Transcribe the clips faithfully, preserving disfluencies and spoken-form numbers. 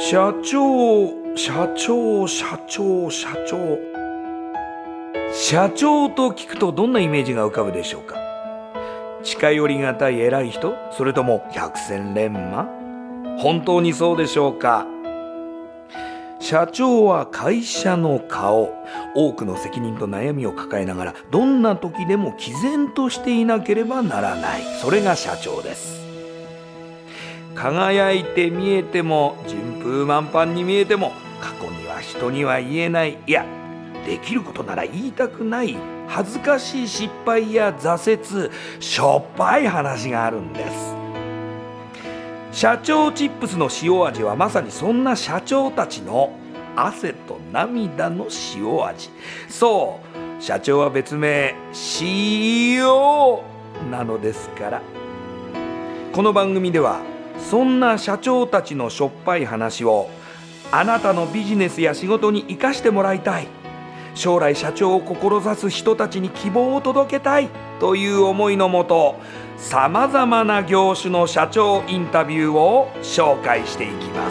社長社長社長社長社長と聞くとどんなイメージが浮かぶでしょうか。近寄りがたい偉い人、それとも百戦錬磨。本当にそうでしょうか。社長は会社の顔。多くの責任と悩みを抱えながらどんな時でも毅然としていなければならない。それが社長です。輝いて見えても順風満帆に見えても過去には人には言えない、いやできることなら言いたくない恥ずかしい失敗や挫折、しょっぱい話があるんです。社長チップスの塩味はまさにそんな社長たちの汗と涙の塩味。そう、社長は別名塩なのですから。この番組ではそんな社長たちのしょっぱい話をあなたのビジネスや仕事に生かしてもらいたい、将来社長を志す人たちに希望を届けたいという思いのもと、さまざまな業種の社長インタビューを紹介していきます。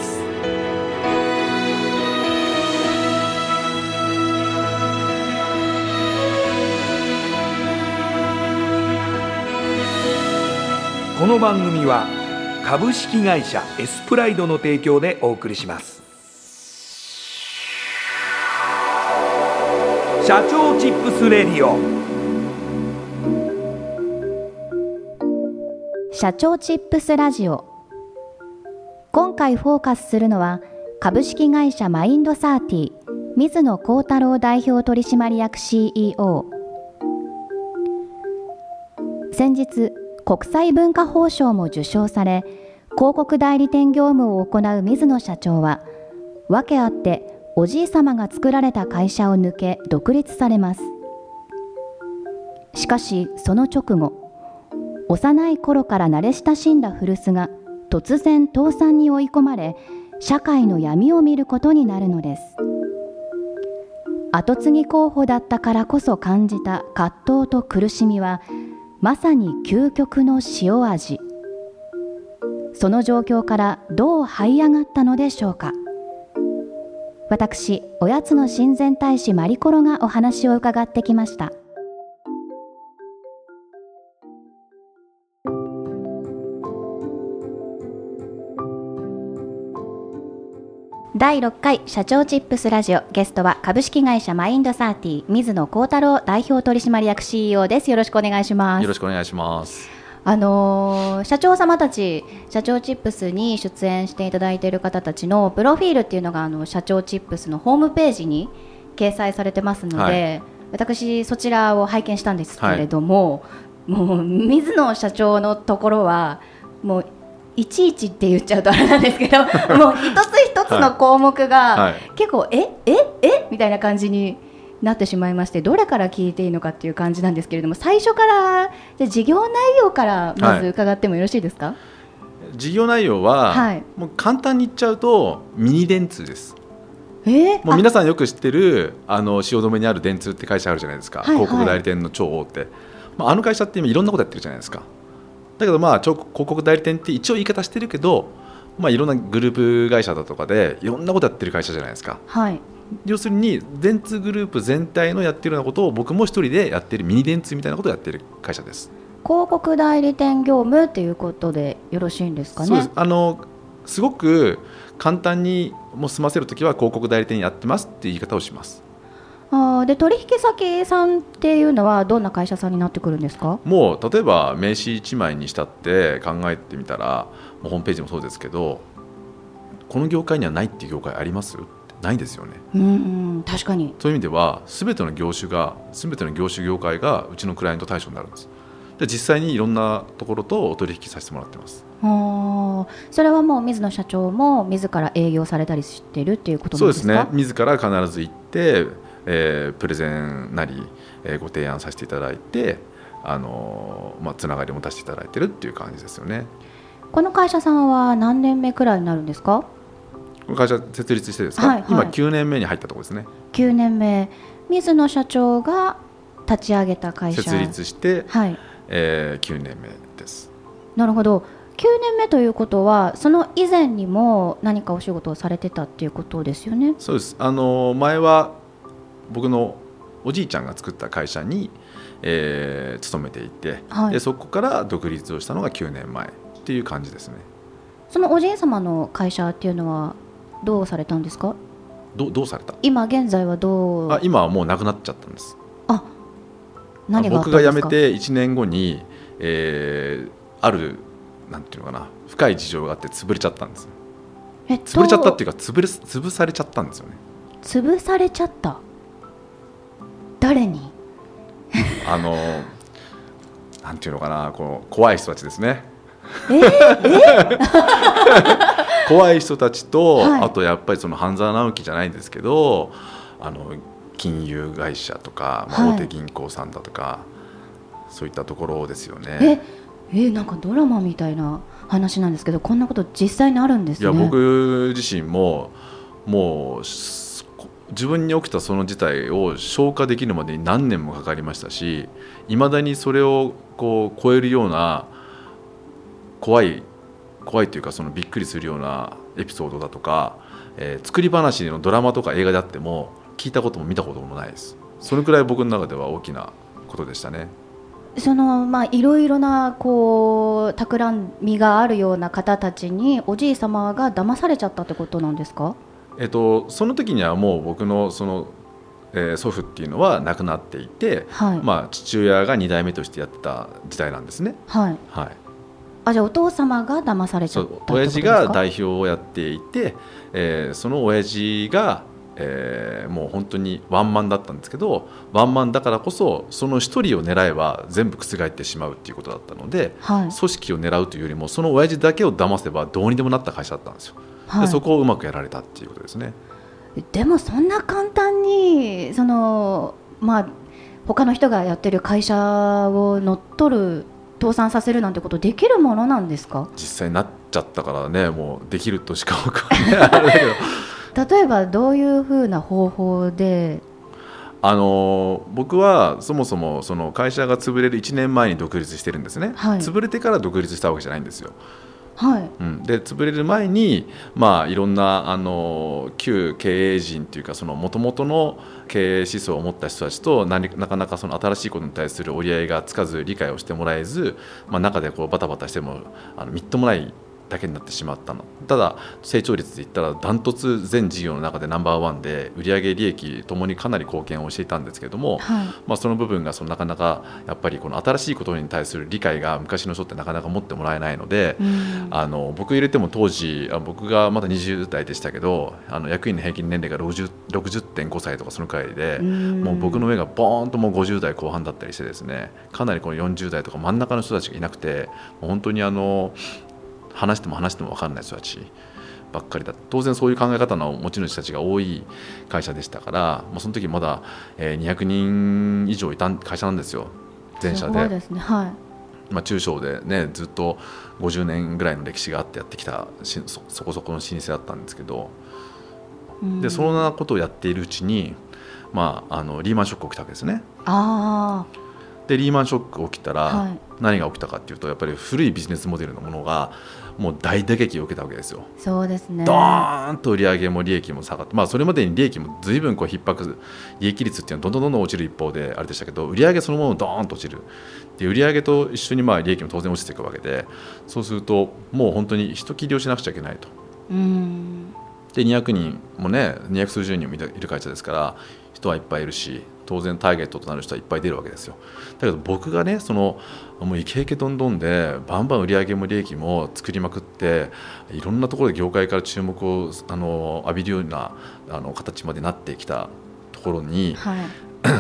この番組は株式会社エスプライドの提供でお送りします。社長チップスレディオ。 社長チップスラジオ。今回フォーカスするのは株式会社マインドサーティ水野幸太郎代表取締役 シーイーオー。 先日国際文化褒章も受賞され、広告代理店業務を行う水野社長は訳あっておじいさまが作られた会社を抜け独立されます。しかしその直後、幼い頃から慣れ親しんだ古巣が突然倒産に追い込まれ、社会の闇を見ることになるのです。後継ぎ候補だったからこそ感じた葛藤と苦しみはまさに究極の塩味。その状況からどう這い上がったのでしょうか。私、おやつの親善大使マリコロがお話を伺ってきました。だいろっかい社長チップスラジオ、ゲストは株式会社マインドサーティ水野幸太郎代表取締役 シーイーオー です。よろしくお願いします。 よろしくお願いします。 あのー、社長様たち、社長チップスに出演していただいている方たちのプロフィールっていうのがあの社長チップスのホームページに掲載されてますので、はい、私そちらを拝見したんですけれども、はい、もう水野社長のところはもういちいちって言っちゃうとあれなんですけどもう一つ一つの項目が、はい、結構えええみたいな感じになってしまいまして、どれから聞いていいのかっていう感じなんですけれども、最初からじゃ事業内容からまず伺ってもよろしいですか。はい、 事業内容は、はい、もう簡単に言っちゃうとミニ電通です。 えー、 もう皆さんよく知ってるあの汐留にある電通って会社あるじゃないですか、はいはい、広告代理店の超大手、まあ、あの会社って今いろんなことやってるじゃないですか。だけどまあ広告代理店って一応言い方してるけど、まあ、いろんなグループ会社だとかでいろんなことやってる会社じゃないですか。 はい、 要するに電通グループ全体のやってるようなことを僕も一人でやってるミニ電通みたいなことをやってる会社です。 広告代理店業務っていうことでよろしいんですかね。 そうです。あのすごく簡単にもう済ませるときは広告代理店やってますっていう言い方をします。 あで取引先さんっていうのはどんな会社さんになってくるんですか。 もう例えば名刺いちまいにしたって考えてみたら、もうホームページもそうですけど、この業界にはないっていう業界あります？ないですよね。 うん、うん、確かに。 そういう意味では全ての業種が全ての業種業界がうちのクライアント対象になるんです。で実際にいろんなところとお取引させてもらってます。 あそれはもう水野社長も自ら営業されたりしてるっていうことなんですか。 そうですね。自ら必ず行って、えー、プレゼンなり、えー、ご提案させていただいて、あのーまあ、つながりも出していただいてるっていう感じですよね。 この会社さんは何年目くらいになるんですか。 この会社設立してですか、はいはい、今きゅうねんめに入ったところですね。 きゅうねんめ、水野社長が立ち上げた会社、 設立して、 はい、 えー、きゅうねんめです。 なるほど。 きゅうねんめということはその以前にも何かお仕事をされてたっていうことですよね。 そうです。あの前は僕のおじいちゃんが作った会社に、えー、勤めていて、はい、でそこから独立をしたのがきゅうねんまえっていう感じですね。 そのおじい様の会社っていうのはどうされたんですか？ ど, どうされた今現在はどう？ あ今はもうなくなっちゃったんです。 あ、何があったんですか？ 僕が辞めていちねんごに、えー、あるなんていうのかな深い事情があって潰れちゃったんです。えっと、潰れちゃったっていうか潰れ潰されちゃったんですよね。 潰されちゃった？誰に？ あのなんていうのかなこう怖い人たちですね。 えー、え怖い人たちと、はい、あとやっぱりその半沢直樹じゃないんですけどあの金融会社とか、まあ、大手銀行さんだとか、はい、そういったところですよね。 ええなんかドラマみたいな話なんですけどこんなこと実際にあるんですね。 いや僕自身ももう自分に起きたその事態を消化できるまでに何年もかかりましたしいまだにそれをこう超えるような怖い怖いというかそのびっくりするようなエピソードだとか、えー、作り話のドラマとか映画であっても聞いたことも見たこともないです。それくらい僕の中では大きなことでしたね。 そのまあいろいろなこう企みがあるような方たちにおじい様が騙されちゃったってことなんですか？ えっと、その時にはもう僕のその、えー、祖父っていうのは亡くなっていて、はいまあ、父親がに代目としてやってた時代なんですね。 はいはい、あじゃあお父様が騙されちゃったってことですか？ 親父が代表をやっていて、えー、その親父が、えー、もう本当にワンマンだったんですけどワンマンだからこそその一人を狙えば全部覆ってしまうっていうことだったので、はい、組織を狙うというよりもその親父だけを騙せばどうにでもなった会社だったんですよ。はい、でそこをうまくやられたっていうことですね。 でもそんな簡単にその、まあ、他の人がやってる会社を乗っ取る倒産させるなんてことできるものなんですか？ 実際になっちゃったからねもうできるとしか分からない例えばどういうふうな方法であの僕はそもそもその会社が潰れるいちねんまえに独立してるんですね。はい、潰れてから独立したわけじゃないんですよ。はいうん、で潰れる前に、まあ、いろんなあの旧経営陣というかもともとの経営思想を持った人たちとなかなかその新しいことに対する折り合いがつかず理解をしてもらえず、まあ、中でこうバタバタしてもあのみっともないだけになってしまったの。ただ成長率で言ったらダントツ全事業の中でナンバーワンで売上利益ともにかなり貢献をしていたんですけれども、はいまあ、その部分がそのなかなかやっぱりこの新しいことに対する理解が昔の人ってなかなか持ってもらえないので、うん、あの僕入れても当時僕がまだにじゅう代でしたけどあの役員の平均年齢が ろくじゅってんごさいとかそのくらいで、うん、もう僕の上がボーンともうごじゅう代後半だったりしてですねかなりこのよんじゅう代とか真ん中の人たちがいなくてもう本当にあの話しても話しても分からない人たちばっかりだ。当然そういう考え方の持ち主たちが多い会社でしたから、まあ、その時まだにひゃくにん以上いた会社なんですよ全社で。 そうですね、はいまあ、中小で、ね、ずっとごじゅうねんぐらいの歴史があってやってきた そ, そこそこの老舗だったんですけど、でそんなことをやっているうちに、まあ、あのリーマンショック起きたわけですね。 あでリーマンショック起きたら何が起きたかっていうとやっぱり古いビジネスモデルのものがもう大打撃を受けたわけですよ。 そうですね。 ドーンと売上も利益も下がって、まあ、それまでに利益も随分こう逼迫利益率っていうのはどんどんどんどん落ちる一方であれでしたけど売上そのものドーンと落ちるで売上と一緒にまあ利益も当然落ちていくわけでそうするともう本当に人切りをしなくちゃいけないと。うんでにひゃくにんもねにひゃく数十人もいる会社ですから人はいっぱいいるし当然ターゲットとなる人はいっぱい出るわけですよ。だけど僕がねそのもうイケイケどんどんでバンバン売上も利益も作りまくっていろんなところで業界から注目をあの浴びるようなあの形までなってきたところに、はい、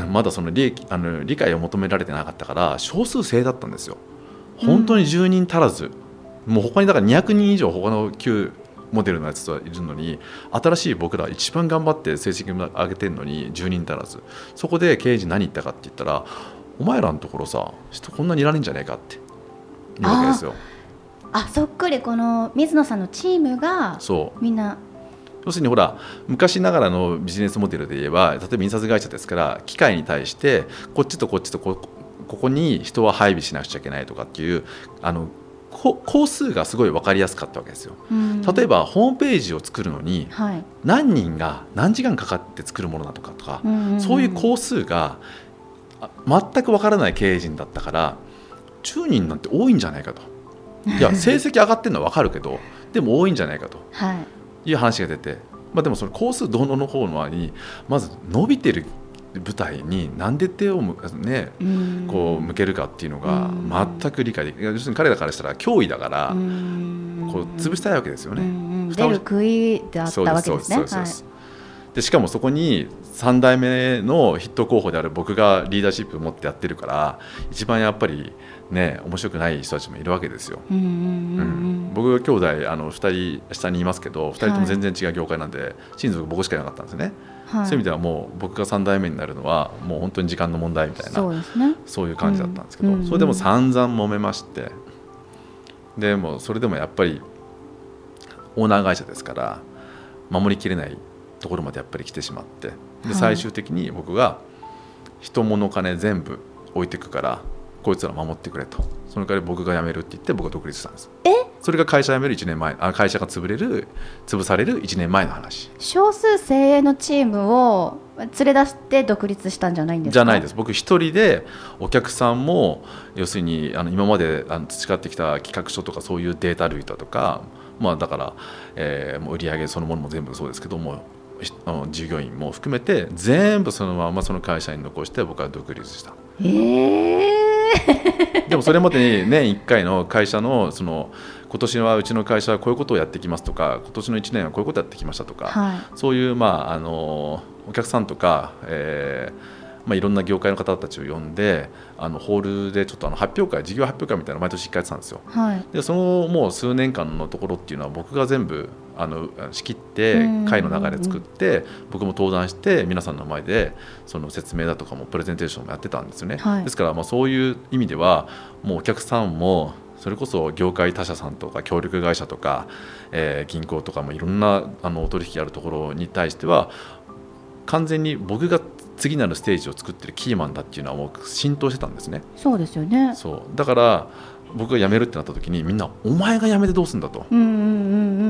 まだその利益あの理解を求められてなかったから少数制だったんですよ。本当にじゅうにん足らず、うん、もう他にだからにひゃくにん以上他の旧モデルのやつはいるのに新しい僕ら一番頑張って成績を上げてるのにじゅうにん足らず。そこで経営陣何言ったかって言ったらお前らのところさ人こんなにいられんじゃねえかって言うわけですよ。 ああそっくりこの水野さんのチームがみんな要するにほら昔ながらのビジネスモデルで言えば例えば印刷会社ですから機械に対してこっちとこっちと こ, ここに人は配備しなくちゃいけないとかっていうあの工数がすごい分かりやすかったわけですよ。例えばホームページを作るのに何人が何時間かかって作るものだとかとか、そういう工数が全く分からない経営陣だったから、じゅうにんなんて多いんじゃないかと。いや成績上がってるのは分かるけどでも多いんじゃないかという話が出て、まあ、でもその工数どうのの方のにまず伸びてる舞台になんで手をむ、ね、こう向けるかっていうのが全く理解できない。要するに彼らからしたら脅威だからこう潰したいわけですよね。 出る杭だったわけですね。 でしかもそこにさん代目の筆頭候補である僕がリーダーシップを持ってやってるから、一番やっぱりね面白くない人たちもいるわけですよ。うんうんうんうん、僕が兄弟あのふたり下にいますけど、ふたりとも全然違う業界なんで、はい、親族僕しかいなかったんですね。はい、そういう意味ではもう僕がさん代目になるのはもう本当に時間の問題みたいな、そうですね、そういう感じだったんですけど、うんうんうん、それでも散々揉めまして、でもそれでもやっぱりオーナー会社ですから守りきれないところまでやっぱり来てしまって、で最終的に僕が人物金全部置いていくからこいつら守ってくれと、その代わり僕が辞めるって言って僕が独立したんです。 えそれが会社辞めるいちねんまえ、あ会社が潰れる潰されるいちねんまえの話。 少数精鋭のチームを連れ出して独立したんじゃないんですか？ じゃないです。僕一人でお客さんも要するにあの今まであの培ってきた企画書とかそういうデータ類だとか、まあ、だから、えー、もう売り上げそのものも全部そうですけども、従業員も含めて全部そのままその会社に残して僕は独立した。 えー、 でもそれまでに年いっかいの会社のその今年はうちの会社はこういうことをやってきますとか、今年のいちねんはこういうことをやってきましたとか、はい、そういう、まあ、あのお客さんとか、えーまあ、いろんな業界の方たちを呼んであのホールでちょっとあの発表会事業発表会みたいなのを毎年いっかいやってたんですよ。はい、でそのもう数年間のところっていうのは僕が全部あの仕切って会の流れ作って僕も登壇して皆さんの前でその説明だとかもプレゼンテーションもやってたんですよね。はい、ですからまあそういう意味ではもうお客さんもそれこそ業界他社さんとか協力会社とか、えー、銀行とかもいろんなあのお取引あるところに対しては完全に僕が次なるステージを作ってるキーマンだっていうのはもう浸透してたんですね。 そうですよね。 そうだから僕が辞めるってなった時にみんなお前が辞めてどうすんだと、 うんうんうんうん、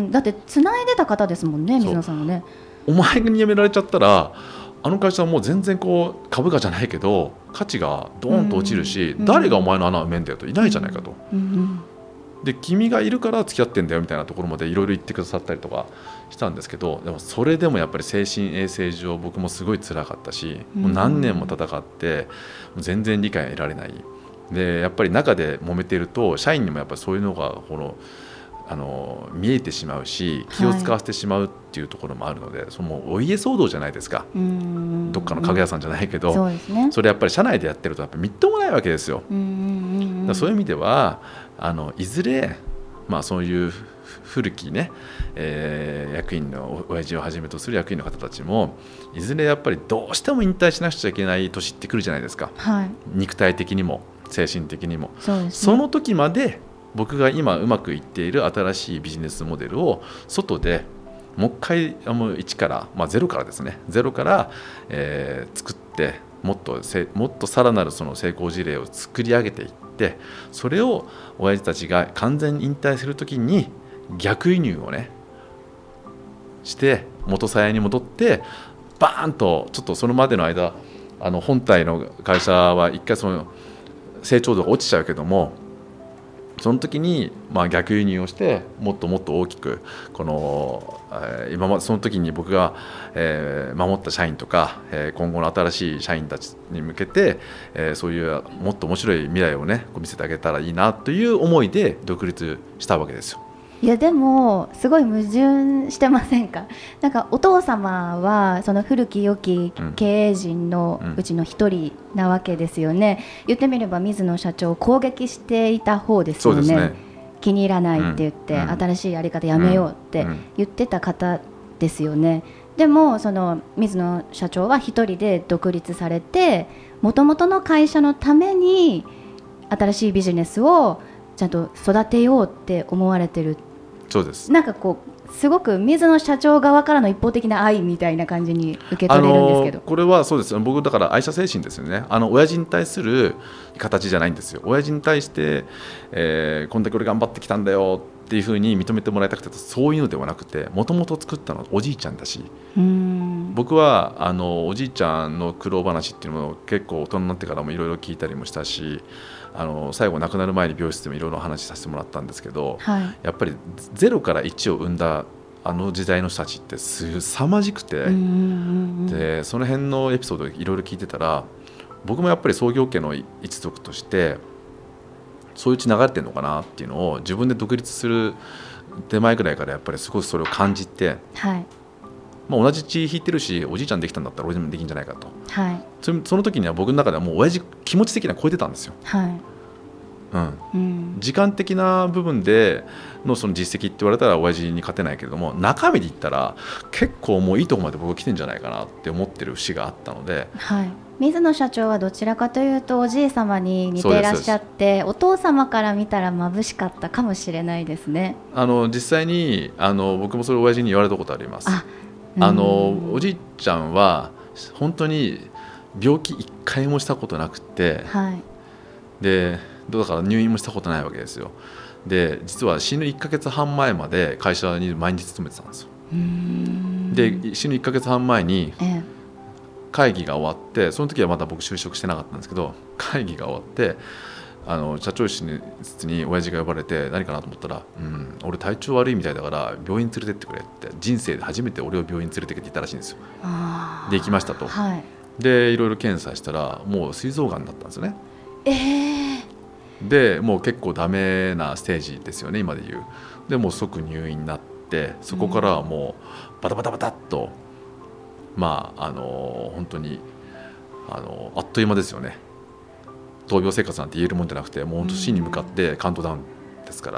だって繋いでた方ですもんね、水野さんはね。 お前に辞められちゃったらあの会社はもう全然こう株価じゃないけど価値がドーンと落ちるし、うんうん、誰がお前の穴を埋めんだよと、いないじゃないかと、うんうん、で君がいるから付き合ってんだよみたいなところまでいろいろ言ってくださったりとかしたんですけど、でもそれでもやっぱり精神衛生上僕もすごい辛かったし、もう何年も戦ってもう全然理解が得られない。でやっぱり中で揉めていると社員にもやっぱりそういうのがこのあの見えてしまうし気を使わせてしまうっていうところもあるので、はい、そのお家騒動じゃないですか。うんどっかの家具屋さんじゃないけど、 そうですね、それやっぱり社内でやってるとやっぱみっともないわけですよ。うんだそういう意味ではあのいずれ、まあ、そういう古きね、えー、役員の親父をはじめとする役員の方たちもいずれやっぱりどうしても引退しなくちゃいけない年ってくるじゃないですか。はい、肉体的にも精神的にも そうですね、その時まで僕が今うまくいっている新しいビジネスモデルを外でもう一回もう一から、まあ、ゼロからですねゼロから、えー、作ってもっとせもっとさらなるその成功事例を作り上げていって、それを親父たちが完全に引退するときに逆輸入をねして元さやに戻ってバーンとちょっとそのまでの間あの本体の会社は一回その成長度が落ちちゃうけども、その時にまあ逆輸入をしてもっともっと大きくこの今までその時に僕が守った社員とか今後の新しい社員たちに向けてそういうもっと面白い未来をね見せてあげたらいいなという思いで独立したわけですよ。 いやでもすごい矛盾してませんか？なんかお父様はその古き良き経営陣のうちの一人なわけですよね。うん、言ってみれば水野社長を攻撃していた方ですよ ね, そうですね。気に入らないって言って、うん、新しいやり方やめようって言ってた方ですよね。でもその水野社長は一人で独立されて元々の会社のために新しいビジネスをちゃんと育てようって思われてるそうです。 なんかこうすごく水野社長側からの一方的な愛みたいな感じに受け取れるんですけど、 あのこれはそうです。僕だから愛社精神ですよね。あの親父に対する形じゃないんですよ。親父に対して、えー、こんだけ俺頑張ってきたんだよっていうふうに認めてもらいたくて、そういうのではなくて、もともと作ったのはおじいちゃんだし、 うーん僕はあのおじいちゃんの苦労話っていうのも結構大人になってからもいろいろ聞いたりもしたし、あの最後亡くなる前に病室でもいろいろ話させてもらったんですけど、 はい、 やっぱりゼロからいちを生んだあの時代の人たちってすさまじくて、 うんうんうん、 でその辺のエピソードをいろいろ聞いてたら、僕もやっぱり創業家の一族としてそういううち流れてるのかなっていうのを自分で独立する手前ぐらいからやっぱりすごいそれを感じて、 はい、 まあ、同じ血引いてるしおじいちゃんできたんだったら俺でもできるんじゃないかと、 はい、 そ, その時には僕の中ではもう親父気持ち的には超えてたんですよ、 はい、 うんうん、 時間的な部分で の, その実績って言われたら親父に勝てないけれども、中身で言ったら結構もういいところまで僕は来てるんじゃないかなって思ってる節があったので、 はい、水野社長はどちらかというとおじい様に似ていらっしゃって、お父様から見たら眩しかったかもしれないですね。 あの実際にあの僕もそれを親父に言われたことあります。あああのおじいちゃんは本当に病気一回もしたことなくて、 はい、 でだから入院もしたことないわけですよ。で実は死ぬいっかげつはん前まで会社に毎日勤めてたんですよ。 うーんで死ぬいっかげつはん前にええ会議が終わって、その時はまだ僕就職してなかったんですけど、会議が終わってあの社長室に親父が呼ばれて何かなと思ったら、うん、俺体調悪いみたいだから病院連れてってくれって、人生で初めて俺を病院連れてきて言ったらしいんですよ。 あで行きましたと、 はい、 でいろいろ検査したらもう膵臓がんだったんですよね。 えー、 でもう結構ダメなステージですよね今で言う。でもう即入院になって、そこからはもうバタバタバタっと、まああの本当にあのあっという間ですよね。闘病生活なんて言えるもんじゃなくて、もう本当死に向かってカウントダウンですから、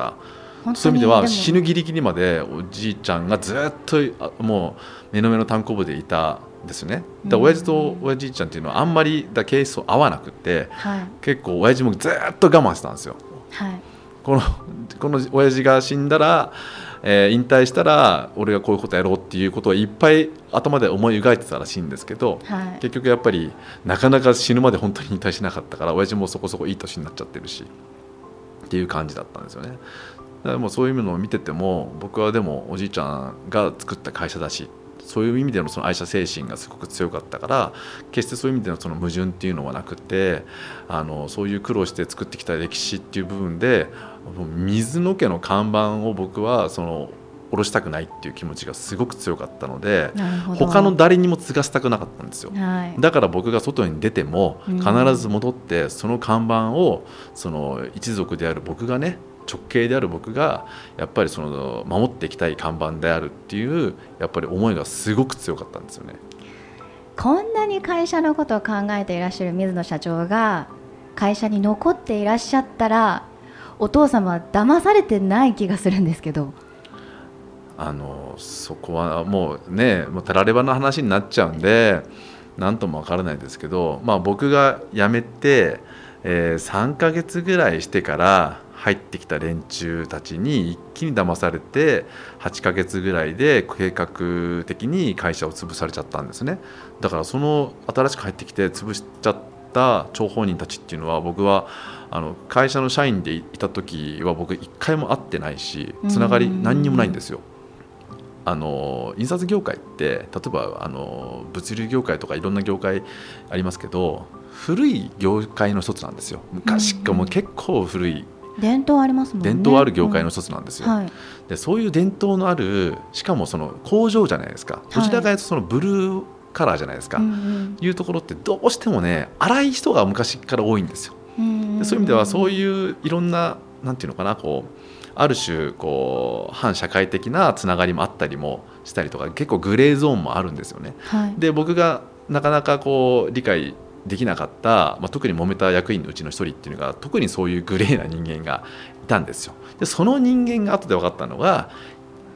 そういう意味では死ぬギリギリまでおじいちゃんがずっともう目の目のたんこぶでいたんですよね。で親父と親じいちゃんっていうのはあんまりだケースを合わなくて、 はい、 結構親父もずっと我慢してたんですよ。 はい、 このこの親父が死んだら、えー、引退したら俺がこういうことやろうっていうことをいっぱい頭で思い描いてたらしいんですけど、 はい、 結局やっぱりなかなか死ぬまで本当に引退しなかったから、親父もそこそこいい年になっちゃってるしっていう感じだったんですよね。だからもうそういうのを見てても、僕はでもおじいちゃんが作った会社だし、そういう意味でのその愛社精神がすごく強かったから、決してそういう意味でのその矛盾っていうのはなくて、あのそういう苦労して作ってきた歴史っていう部分で、水野家の看板を僕はその下ろしたくないっていう気持ちがすごく強かったので、他の誰にも継がせたくなかったんですよ、はい、だから僕が外に出ても必ず戻ってその看板をその一族である僕がね、直系である僕がやっぱりその守っていきたい看板であるっていうやっぱり思いがすごく強かったんですよね。 こんなに会社のことを考えていらっしゃる水野社長が会社に残っていらっしゃったら、お父様は騙されてない気がするんですけど。 あのそこはもうね、もうたらればの話になっちゃうんで何ともわからないですけど、まあ、僕が辞めて、えー、さんかげつぐらいしてから入ってきた連中たちに一気に騙されて、はちかげつぐらいで計画的に会社を潰されちゃったんですね。だからその新しく入ってきて潰しちゃった張本人たちっていうのは、僕はあの会社の社員でいた時は僕一回も会ってないし、つながり何にもないんですよ。あの印刷業界って例えばあの物流業界とかいろんな業界ありますけど、古い業界の一つなんですよ。昔からもう結構古い伝統ありますもんね。 伝統ある業界の一つなんですよ、 うんはい、 でそういう伝統のある、しかもその工場じゃないですか、どちらかというとそのブルーカラーじゃないですか、はい、いうところってどうしてもね荒い人が昔から多いんですよ。でそういう意味ではそういういろんななんていうのかな、こうある種こう反社会的なつながりもあったりもしたりとか、結構グレーゾーンもあるんですよね、はい、で僕がなかなかこう理解できなかった、まあ、特に揉めた役員のうちの一人っていうのが特にそういうグレーな人間がいたんですよ。でその人間が後で分かったのが、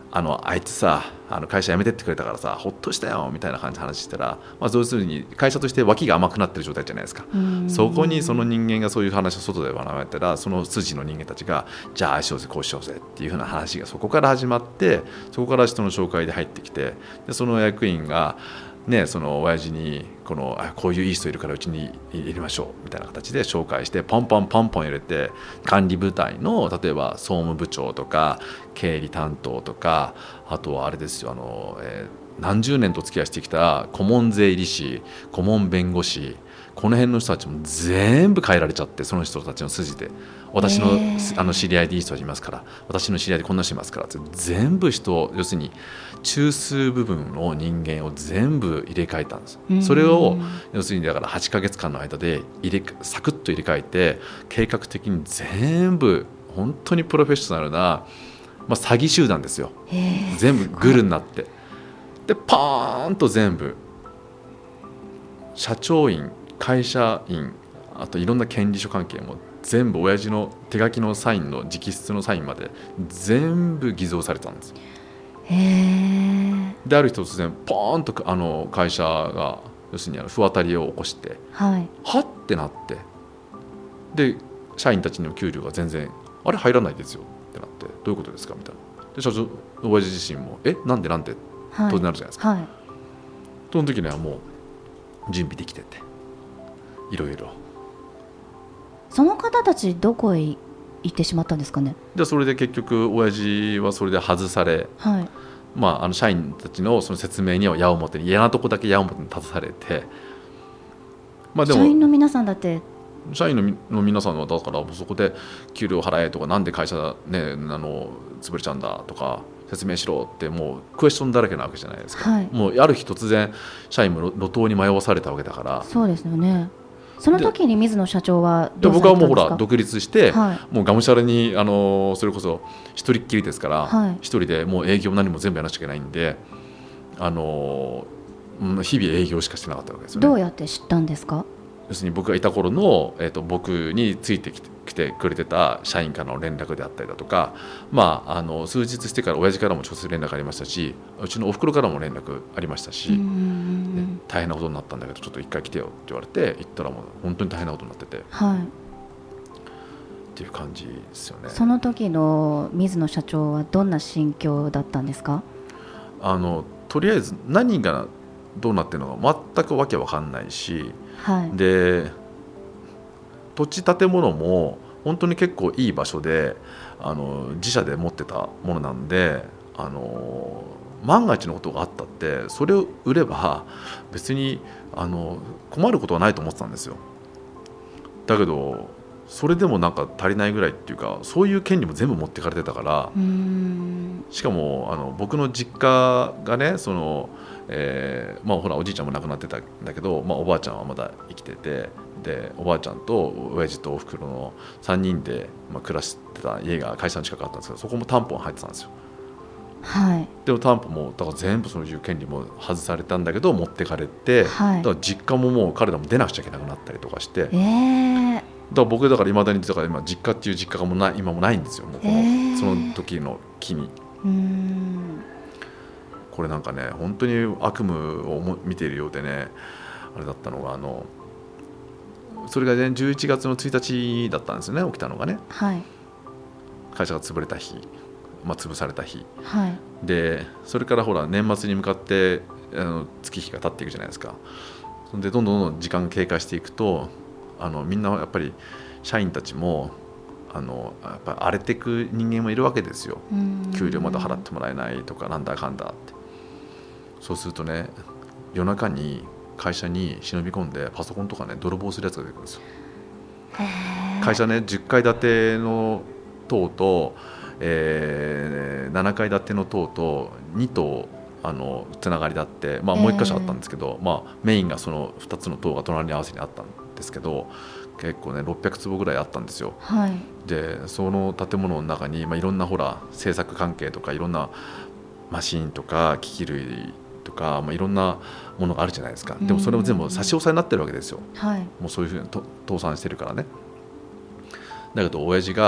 あのあいつさあの会社辞めてってくれたからさほっとしたよみたいな感じで話したら、まあ、要するに会社として脇が甘くなってる状態じゃないですか。そこにその人間がそういう話を外で学べたらその筋の人間たちがじゃあああしようぜこうしようぜっていう風な話がそこから始まってそこから人の紹介で入ってきてでその役員がね、その親父にこのあこういういい人いるからうちに入れましょうみたいな形で紹介してポンポンポンポン入れて管理部隊の例えば総務部長とか経理担当とかあとはあれですよあの、えー、何十年と付き合いしてきた顧問税理士顧問弁護士この辺の人たちも全部変えられちゃってその人たちの筋で私 の,、えー、あの知り合いでいい人がいますから私の知り合いでこんな人いますからって全部人要するに中枢部分の人間を全部入れ替えたんです。それを要するにだからはちかげつかんの間で入れサクッと入れ替えて計画的に全部本当にプロフェッショナルな、まあ、詐欺集団ですよ。全部グルになってでパーンと全部社長員会社員あといろんな権利書関係も全部親父の手書きのサインの直筆のサインまで全部偽造されたんです。 へである日突然ポーンとあの会社が要するにあの不当たりを起こして、はい、はってなってで社員たちの給料が全然あれ入らないですよってなってどういうことですかみたいなで社長親父自身もえなんでなんで当然なるじゃないですか、はいはい、その時にはもう準備できてていろいろその方たちどこへ行ってしまったんですかね。 でそれで結局親父はそれで外され、はいまあ、あの社員たち の, その説明には矢面に嫌なとこだけ矢面に立たされて、 まあ、でも社員の皆さんだって社員 の, の皆さんはだからそこで給料払えとかなんで会社、ね、あの潰れちゃうんだとか説明しろってもうクエスチョンだらけなわけじゃないですか、はい、もうある日突然社員も路頭に迷わされたわけだからそうですよね。その時に水野社長はどうされたんですか。 僕はもうほら独立して、はい、もうがむしゃらにあのそれこそ一人っきりですから、はい、一人でもう営業何も全部やらなきゃいけないんであの日々営業しかしてなかったわけですよね。 どうやって知ったんですか。 要するに僕がいた頃の、えーと、僕についてきて、来てくれてた社員からの連絡であったりだとか、まあ、あの数日してから親父からも直接連絡ありましたしうちのおふくろからも連絡ありましたし、ね、大変なことになったんだけどちょっと一回来てよって言われて行ったらもう本当に大変なことになってて、はい、っていう感じですよね。 その時の水野社長はどんな心境だったんですか。 あのとりあえず何がどうなってるのか全くわけわかんないし、はい、で土地建物も本当に結構いい場所であの自社で持ってたものなんであの万が一のことがあったってそれを売れば別にあの困ることはないと思ってたんですよ。だけどそれでもなんか足りないぐらいっていうかそういう権利も全部持ってかれてたからうーんしかもあの僕の実家がねその、えーまあ、ほらおじいちゃんも亡くなってたんだけど、まあ、おばあちゃんはまだ生きててでおばあちゃんと親父とおふくろのさんにんで、まあ、暮らしてた家が会社の近くあったんですけどそこも担保が入ってたんですよ。はい、でも担保もだから全部そういう権利も外されたんだけど持ってかれて、はい、だから実家ももう彼らも出なくちゃいけなくなったりとかして、えー、だから僕だからいまだにだから今実家っていう実家がもうない今もないんですよもうこの、えー、その時の木にうーんこれなんかね本当に悪夢を見ているようでねあれだったのがあのそれが、ね、じゅういちがつのついたちだったんですよね起きたのがね、はい、会社が潰れた日、まあ、潰された日、はい、でそれからほら年末に向かってあの月日が経っていくじゃないですか。でどんどんどんどん時間が経過していくとあのみんなやっぱり社員たちもあのやっぱ荒れていく人間もいるわけですよ。給料まだ払ってもらえないとかなんだかんだって。そうするとね夜中に会社に忍び込んでパソコンとかね泥棒するやつが出てくるんですよ。会社ねじゅっかい建ての棟と、えー、ななかい建ての棟とに棟あのつながりだって、まあ、もういっか所あったんですけど、まあ、メインがそのふたつの棟が隣に合わせにあったんですけど結構ねろっぴゃくつぼぐらいあったんですよ、はい、でその建物の中に、まあ、いろんなほら制作関係とかいろんなマシンとか機器類とか、まあ、いろんなものがあるじゃないですか。でもそれも全部差し押さえになってるわけですよ、はい、もうそういうふうに倒産してるからね。だけど親父が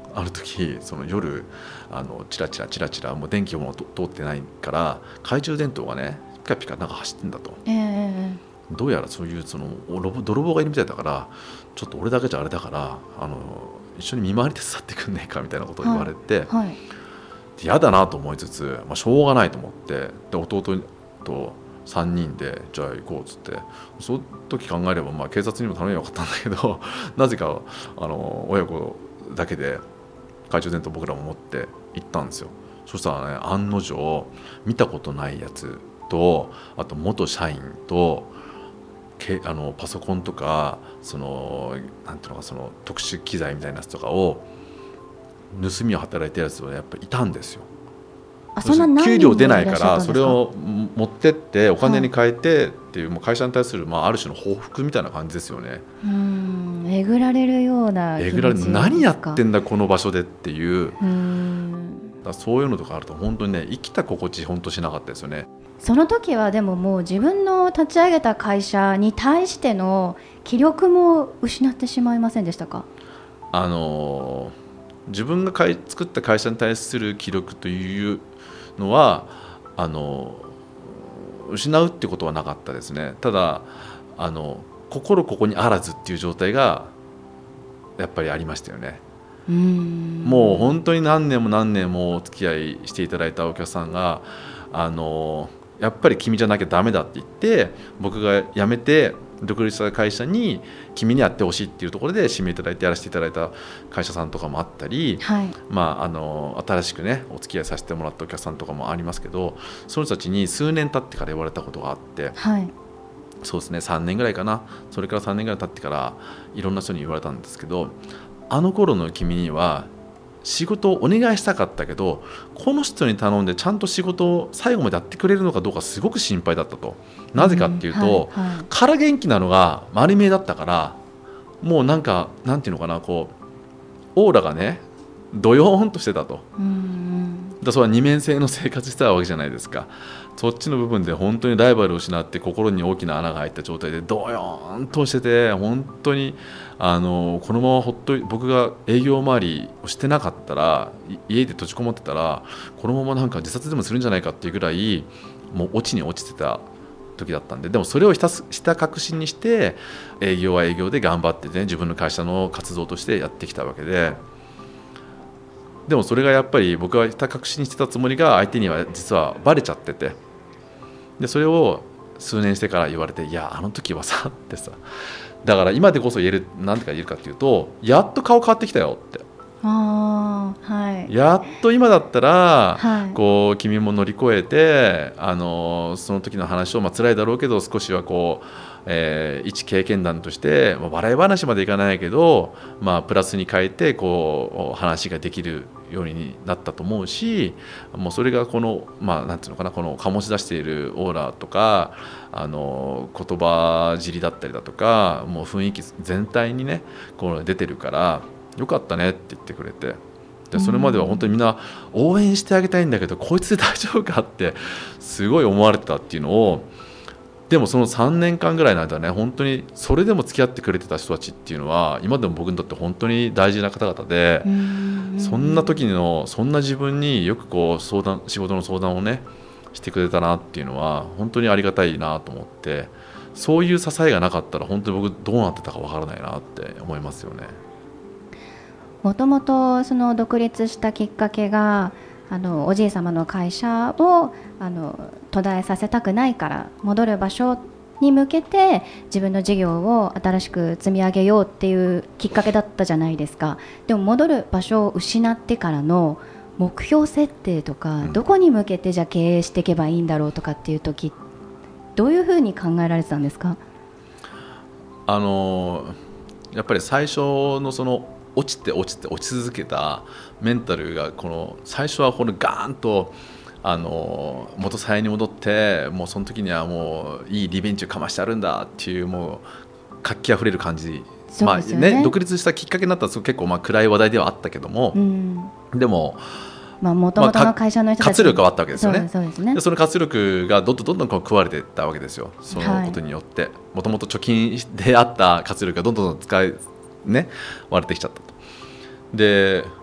ある時その夜あのチラチラチラチラもう電気も通ってないから懐中電灯がねピカピカなんか走ってんだと、 えー、 どうやらそういうその泥棒がいるみたいだからちょっと俺だけじゃあれだからあの一緒に見回り手伝ってくんねえかみたいなことを言われて、はいはい、嫌だなと思いつつ、まあ、しょうがないと思ってで弟とさんにんでじゃあ行こうっつってその時考えればまあ警察にも頼めばよかったんだけどなぜかあの親子だけで懐中電灯僕らも持って行ったんですよ。そしたらね案の定見たことないやつとあと元社員とけあのパソコンとかそのなんていうのかその特殊機材みたいなやつとかを盗みを働いてるやつがやっぱりいたんですよ。 あそんな何人も給料出ないからそれいらっしゃったんですか？ を持ってってお金に変えてっていう、はい、もう会社に対する、まあ、ある種の報復みたいな感じですよね。 うーんえぐられるような気持ちえぐられる何やってんだこの場所でっていう、 うーんだそういうのとかあると本当にね生きた心地本当しなかったですよね。 その時はでももう自分の立ち上げた会社に対しての気力も失ってしまいませんでしたか？ あの自分が買い作った会社に対する気力というのはあの失うってことはなかったですね。ただあの心ここにあらずっていう状態がやっぱりありましたよね。 うーんもう本当に何年も何年もお付き合いしていただいたお客さんがあのやっぱり君じゃなきゃダメだって言って僕が辞めて独立した会社に君にやってほしいっていうところで指名いただいてやらせていただいた会社さんとかもあったり、 はいまあ、あの新しくねお付き合いさせてもらったお客さんとかもありますけどその人たちに数年経ってから言われたことがあって、 はい、 そうですねさんねんぐらいかなそれからさんねんぐらい経ってからいろんな人に言われたんですけどあの頃の君には仕事をお願いしたかったけどこの人に頼んでちゃんと仕事を最後までやってくれるのかどうかすごく心配だったと。なぜかっていうと、うんはいはい、から元気なのが丸見えだったからもうなんかなんていうのかなこうオーラがねドヨーンとしてたと。うんだそれは二面性の生活してたわけじゃないですか。そっちの部分で本当にライバルを失って心に大きな穴が開いた状態でドヨーンとしてて本当にあのこのままほっと僕が営業回りをしてなかったら家で閉じこもってたらこのままなんか自殺でもするんじゃないかっていうぐらいもう落ちに落ちてた時だったんででもそれをひたすした確信にして営業は営業で頑張ってね自分の会社の活動としてやってきたわけででもそれがやっぱり僕はひた確信してたつもりが相手には実はバレちゃっててでそれを数年してから言われていやあの時はさってさだから今でこそ言えるなんてか言えるかっていうとやっと顔変わってきたよってあ、はい、 やっと今だったら、 はい、 こう君も乗り越えてあのその時の話を、まあ辛いだろうけど少しはこう、えー、一経験談として、まあ、笑い話までいかないけど、まあ、プラスに変えてこう話ができるようになったと思うしもうそれがこの、まあ、なんていうのかなこの醸し出しているオーラとかあの言葉尻だったりだとかもう雰囲気全体にねこう出てるからよかったねって言ってくれてでそれまでは本当にみんな応援してあげたいんだけどこいつで大丈夫かってすごい思われてたっていうのをでもそのさんねんかんぐらいの間ね本当にそれでも付き合ってくれてた人たちっていうのは今でも僕にとって本当に大事な方々でそんな時のそんな自分によくこう相談仕事の相談をねしてくれたなっていうのは本当にありがたいなと思ってそういう支えがなかったら本当に僕どうなってたかわからないなって思いますよね。 もともとその独立したきっかけがあのおじい様の会社をあの途絶えさせたくないから戻る場所に向けて自分の事業を新しく積み上げようっていうきっかけだったじゃないですか。でも戻る場所を失ってからの目標設定とか、うん、どこに向けてじゃあ経営していけばいいんだろうとかっていう時どういうふうに考えられてたんですか？ あのやっぱり最初のその落ちて落ちて落ち続けたメンタルがこの最初はこのガーンとあの元さやに戻ってもうその時にはもういいリベンジをかましてあるんだっていうもう活気あふれる感じ、まあね、独立したきっかけになったら結構まあ暗い話題ではあったけども、うん、でももともとの会社の人たち活力があったわけですよね。 そうですね。 でその活力がどんどんどんどんこう食われていったわけですよ。そのことによってもともと貯金であった活力がどんどんどん使いね割れてきちゃったと。で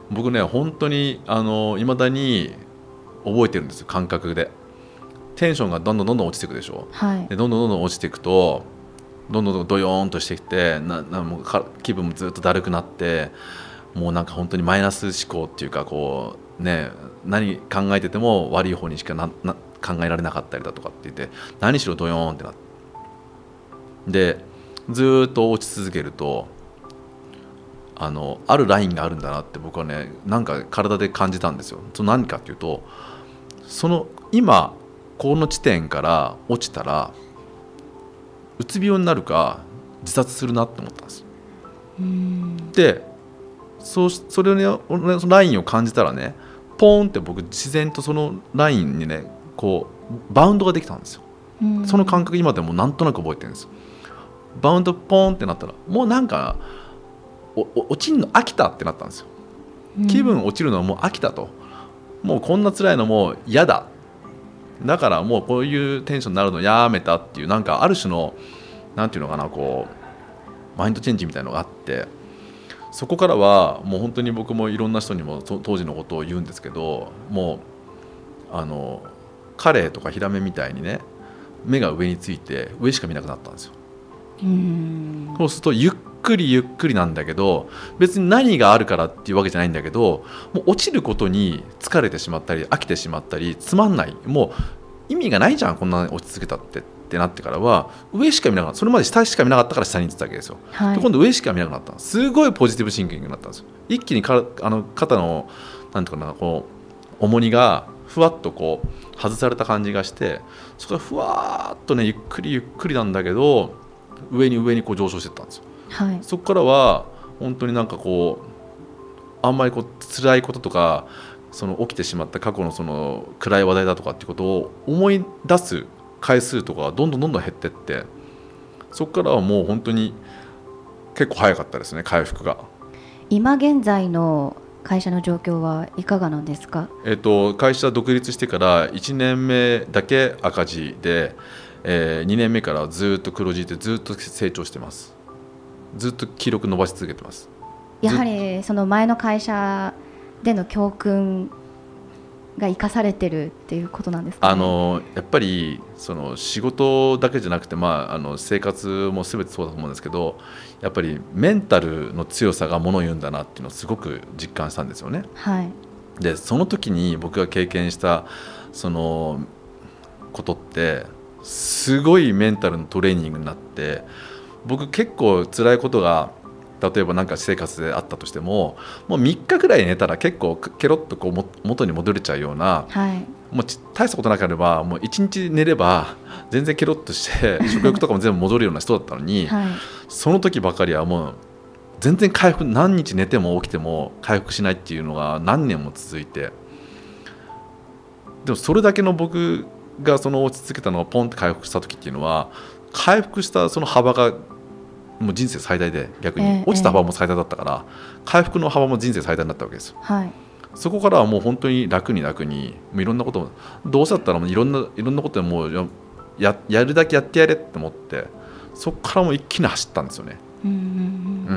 僕ね本当にあの未だに覚えてるんですよ、感覚で。テンションがどんどんどんどん落ちていくでしょ、 はい、 でどんどんどんどん落ちていくとどんどんどんドヨーンとしてきてななもうか気分もずっとだるくなって、もうなんか本当にマイナス思考っていうかこう、ね、何考えてても悪い方にしかなな考えられなかったりだとかって言って何しろドヨーンってなってでずっと落ち続けるとあのあるラインがあるんだなって僕はねなんか体で感じたんですよ。その何かっていうとその今この地点から落ちたらうつ病になるか自殺するなって思ったんです。 うんで そ, それをねそのラインを感じたらねポーンって僕自然とそのラインにねこうバウンドができたんですよ。その感覚今でもなんとなく覚えてるんです。バウンドポーンってなったらもうなんかおお落ちるの飽きたってなったんですよ。気分落ちるのはもう飽きたと、もうこんな辛いのもう嫌だ、だからもうこういうテンションになるのやめたっていう、なんかある種のなんていうのかな、こうマインドチェンジみたいなのがあって、そこからはもう本当に僕もいろんな人にも当時のことを言うんですけど、もうあのカレイとかヒラメみたいにね目が上について上しか見なくなったんですよ。うーんそうするとゆっくりゆっくりなんだけど、別に何があるからっていうわけじゃないんだけど、もう落ちることに疲れてしまったり飽きてしまったりつまんない、もう意味がないじゃんこんな落ち続けたってってなってからは上しか見なかった。それまで下しか見なかったから下に行ってたわけですよ、はい、で今度上しか見なくなった。すごいポジティブシンキングになったんですよ。一気にかあの肩のなんていうかな、こう重荷がふわっとこう外された感じがして、そこがふわーっとねゆっくりゆっくりなんだけど上に上にこう上昇していったんですよ、はい、そこからは本当になんかこうあんまりこう辛いこととかその起きてしまった過去のその暗い話題だとかっていうことを思い出す回数とかどんどんどんどん減っていって、そこからはもう本当に結構早かったですね、回復が。 今現在の会社の状況はいかがなんですか？ えっと、会社独立してからいちねんめだけ赤字で、えー、にねんめからずっと黒字でずっと成長してます。ずっと記録伸ばし続けてます。 やはりその前の会社での教訓が生かされてるっていうことなんですかね？ あのやっぱりその仕事だけじゃなくて、まあ、あの生活も全てそうだと思うんですけど、やっぱりメンタルの強さがものを言うんだなっていうのをすごく実感したんですよね、はい、でその時に僕が経験したそのことってすごいメンタルのトレーニングになって、僕結構辛いことが例えば何か生活であったとしてももうみっかぐらい寝たら結構ケロッとこうも元に戻れちゃうような、はい、もう大したことなければもういちにち寝れば全然ケロッとして食欲とかも全部戻るような人だったのに、はい、その時ばかりはもう全然回復、何日寝ても起きても回復しないっていうのが何年も続いて、でもそれだけの僕がその落ち着けたのをポンって回復した時っていうのは回復したその幅がもう人生最大で、逆に落ちた幅も最大だったから、えー、回復の幅も人生最大になったわけですよ、はい、そこからはもう本当に楽に楽にもういろんなことどうせだったらもういろんないろんなことでもう や, やるだけやってやれって思って、そこからもう一気に走ったんですよね。うんうんうんうん、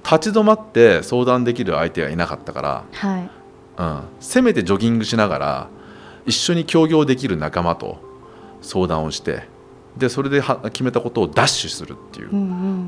立ち止まって相談できる相手がいなかったから、はいうん、せめてジョギングしながら一緒に協業できる仲間と相談をして、でそれで決めたことをダッシュするっていう、うんうん、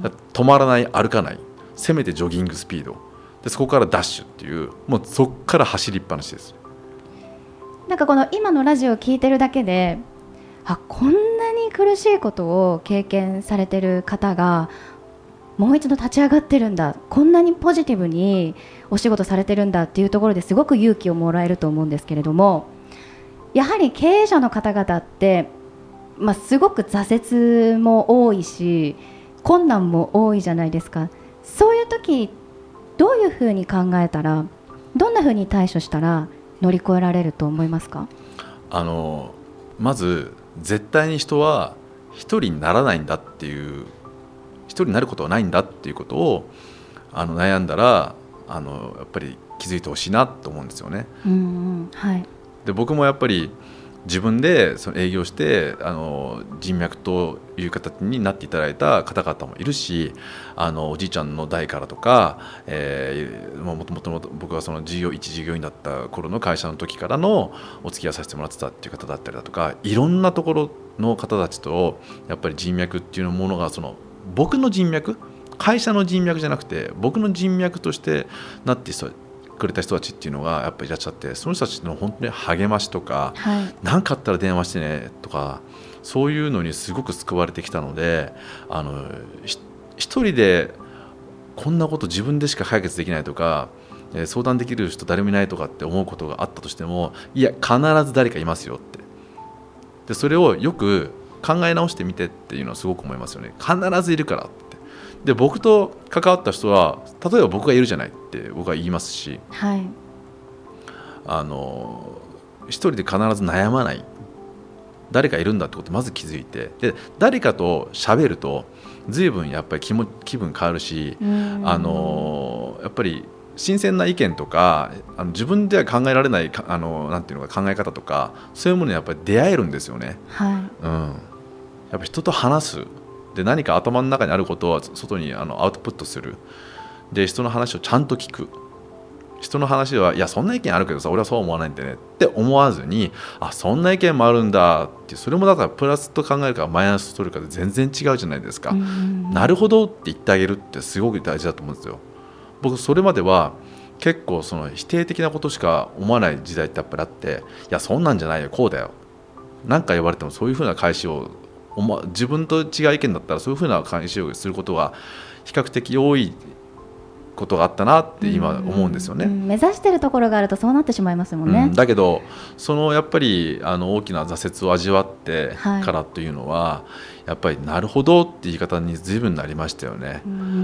止まらない、歩かない、せめてジョギングスピードで、そこからダッシュっていう、もうそこから走りっぱなしです。 なんかこの今のラジオを聞いてるだけで、あ、こんなに苦しいことを経験されてる方がもう一度立ち上がってるんだ、こんなにポジティブにお仕事されてるんだっていうところですごく勇気をもらえると思うんですけれども、やはり経営者の方々ってまあ、すごく挫折も多いし困難も多いじゃないですか。そういう時どういうふうに考えたら、どんなふうに対処したら乗り越えられると思いますか？ あのまず絶対に人は一人にならないんだっていう、一人になることはないんだっていうことをあの悩んだらあのやっぱり気づいてほしいなと思うんですよね。うん、うんはい、で僕もやっぱり自分でその営業してあの人脈という形になっていただいた方々もいるし、あのおじいちゃんの代からとか、えー、もともと僕はその事業一従業員だった頃の会社の時からのお付き合いさせてもらってたっていう方だったりだとか、いろんなところの方たちとやっぱり人脈っていうものが、その僕の人脈、会社の人脈じゃなくて僕の人脈としてなってくれた人たちっていうのがやっぱりいらっしゃって、その人たちの本当に励ましとか、はい、何かあったら電話してねとか、そういうのにすごく救われてきたので、あの一人でこんなこと自分でしか解決できないとか、相談できる人誰もいないとかって思うことがあったとしても、いや必ず誰かいますよって、でそれをよく考え直してみてっていうのはすごく思いますよね。必ずいるからって。で僕と関わった人は、例えば僕がいるじゃないって僕は言いますし、はい、あの一人で必ず悩まない、誰かいるんだってことをまず気づいて、で誰かと喋ると随分やっぱり 気, も気分変わるし、あのやっぱり新鮮な意見とか、あの自分では考えられない、あのなんていうのか考え方とか、そういうものにやっぱり出会えるんですよね、はい、うん、やっぱ人と話す、で何か頭の中にあることは外にあのアウトプットする、で人の話をちゃんと聞く、人の話はいやそんな意見あるけどさ俺はそう思わないんだよねって思わずに、あそんな意見もあるんだって、それもだからプラスと考えるかマイナスと取るかで全然違うじゃないですか。なるほどって言ってあげるってすごく大事だと思うんですよ。僕それまでは結構その否定的なことしか思わない時代ってやっぱりあって、いやそんなんじゃないよこうだよ、何か言われてもそういうふうな返しを、自分と違う意見だったらそういうふうな返しをすることが比較的多いことがあったなって今思うんですよね、うんうん、 目指しているところがあるとそうなってしまいますもんね、うん、 だけどそのやっぱりあの大きな挫折を味わってからというのは、はい、やっぱりなるほどって言い方に随分なりましたよね、うん、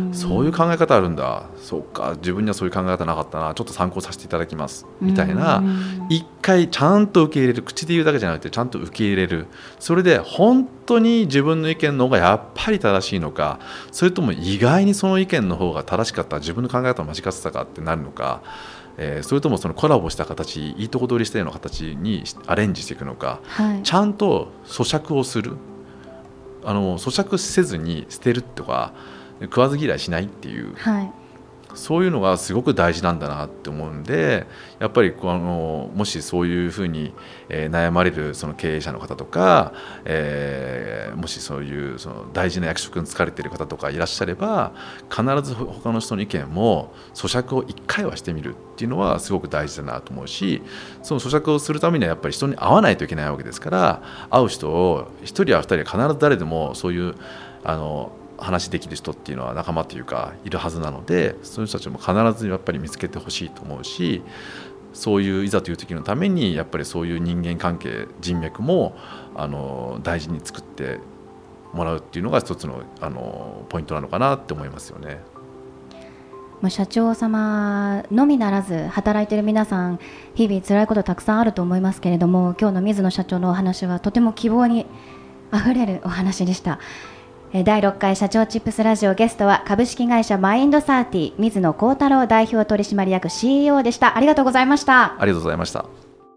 そういう考え方あるんだ、そうか自分にはそういう考え方なかったな、ちょっと参考させていただきますみたいな、一回ちゃんと受け入れる、口で言うだけじゃなくてちゃんと受け入れる、それで本当に自分の意見の方がやっぱり正しいのか、それとも意外にその意見の方が正しかった、自分の考え方を間違ってたかってなるのか、えー、それともそのコラボした形、いいとこ取りしたような形にアレンジしていくのか、はい、ちゃんと咀嚼をする、あの咀嚼せずに捨てるとか食わず嫌いしないっていう、はい、そういうのがすごく大事なんだなって思うんで、やっぱりあのもしそういうふうに、えー、悩まれるその経営者の方とか、えー、もしそういうその大事な役職に就かれている方とかいらっしゃれば、必ず他の人の意見も咀嚼を一回はしてみるっていうのはすごく大事だなと思うし、その咀嚼をするためにはやっぱり人に会わないといけないわけですから、会う人を一人や二人は必ず誰でもそういうあの話できる人っていうのは仲間というかいるはずなので、そういう人たちも必ずやっぱり見つけてほしいと思うし、そういういざという時のためにやっぱりそういう人間関係、人脈もあの大事に作ってもらうっていうのが一つの、あのポイントなのかなって思いますよね。 社長様のみならず働いている皆さん、日々辛いことたくさんあると思いますけれども、今日の水野社長のお話はとても希望にあふれるお話でした。だいろっかい社長チップスラジオ、ゲストは株式会社マインドサーティ水野幸太郎代表取締役 シーイーオー でした。ありがとうございました。 ありがとうございました。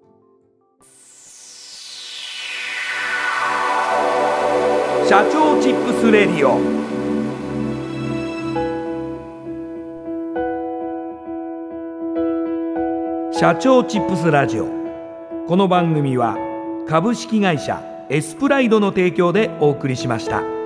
社長チップスレディオ。社長チップスラジオ。この番組は株式会社エスプライドの提供でお送りしました。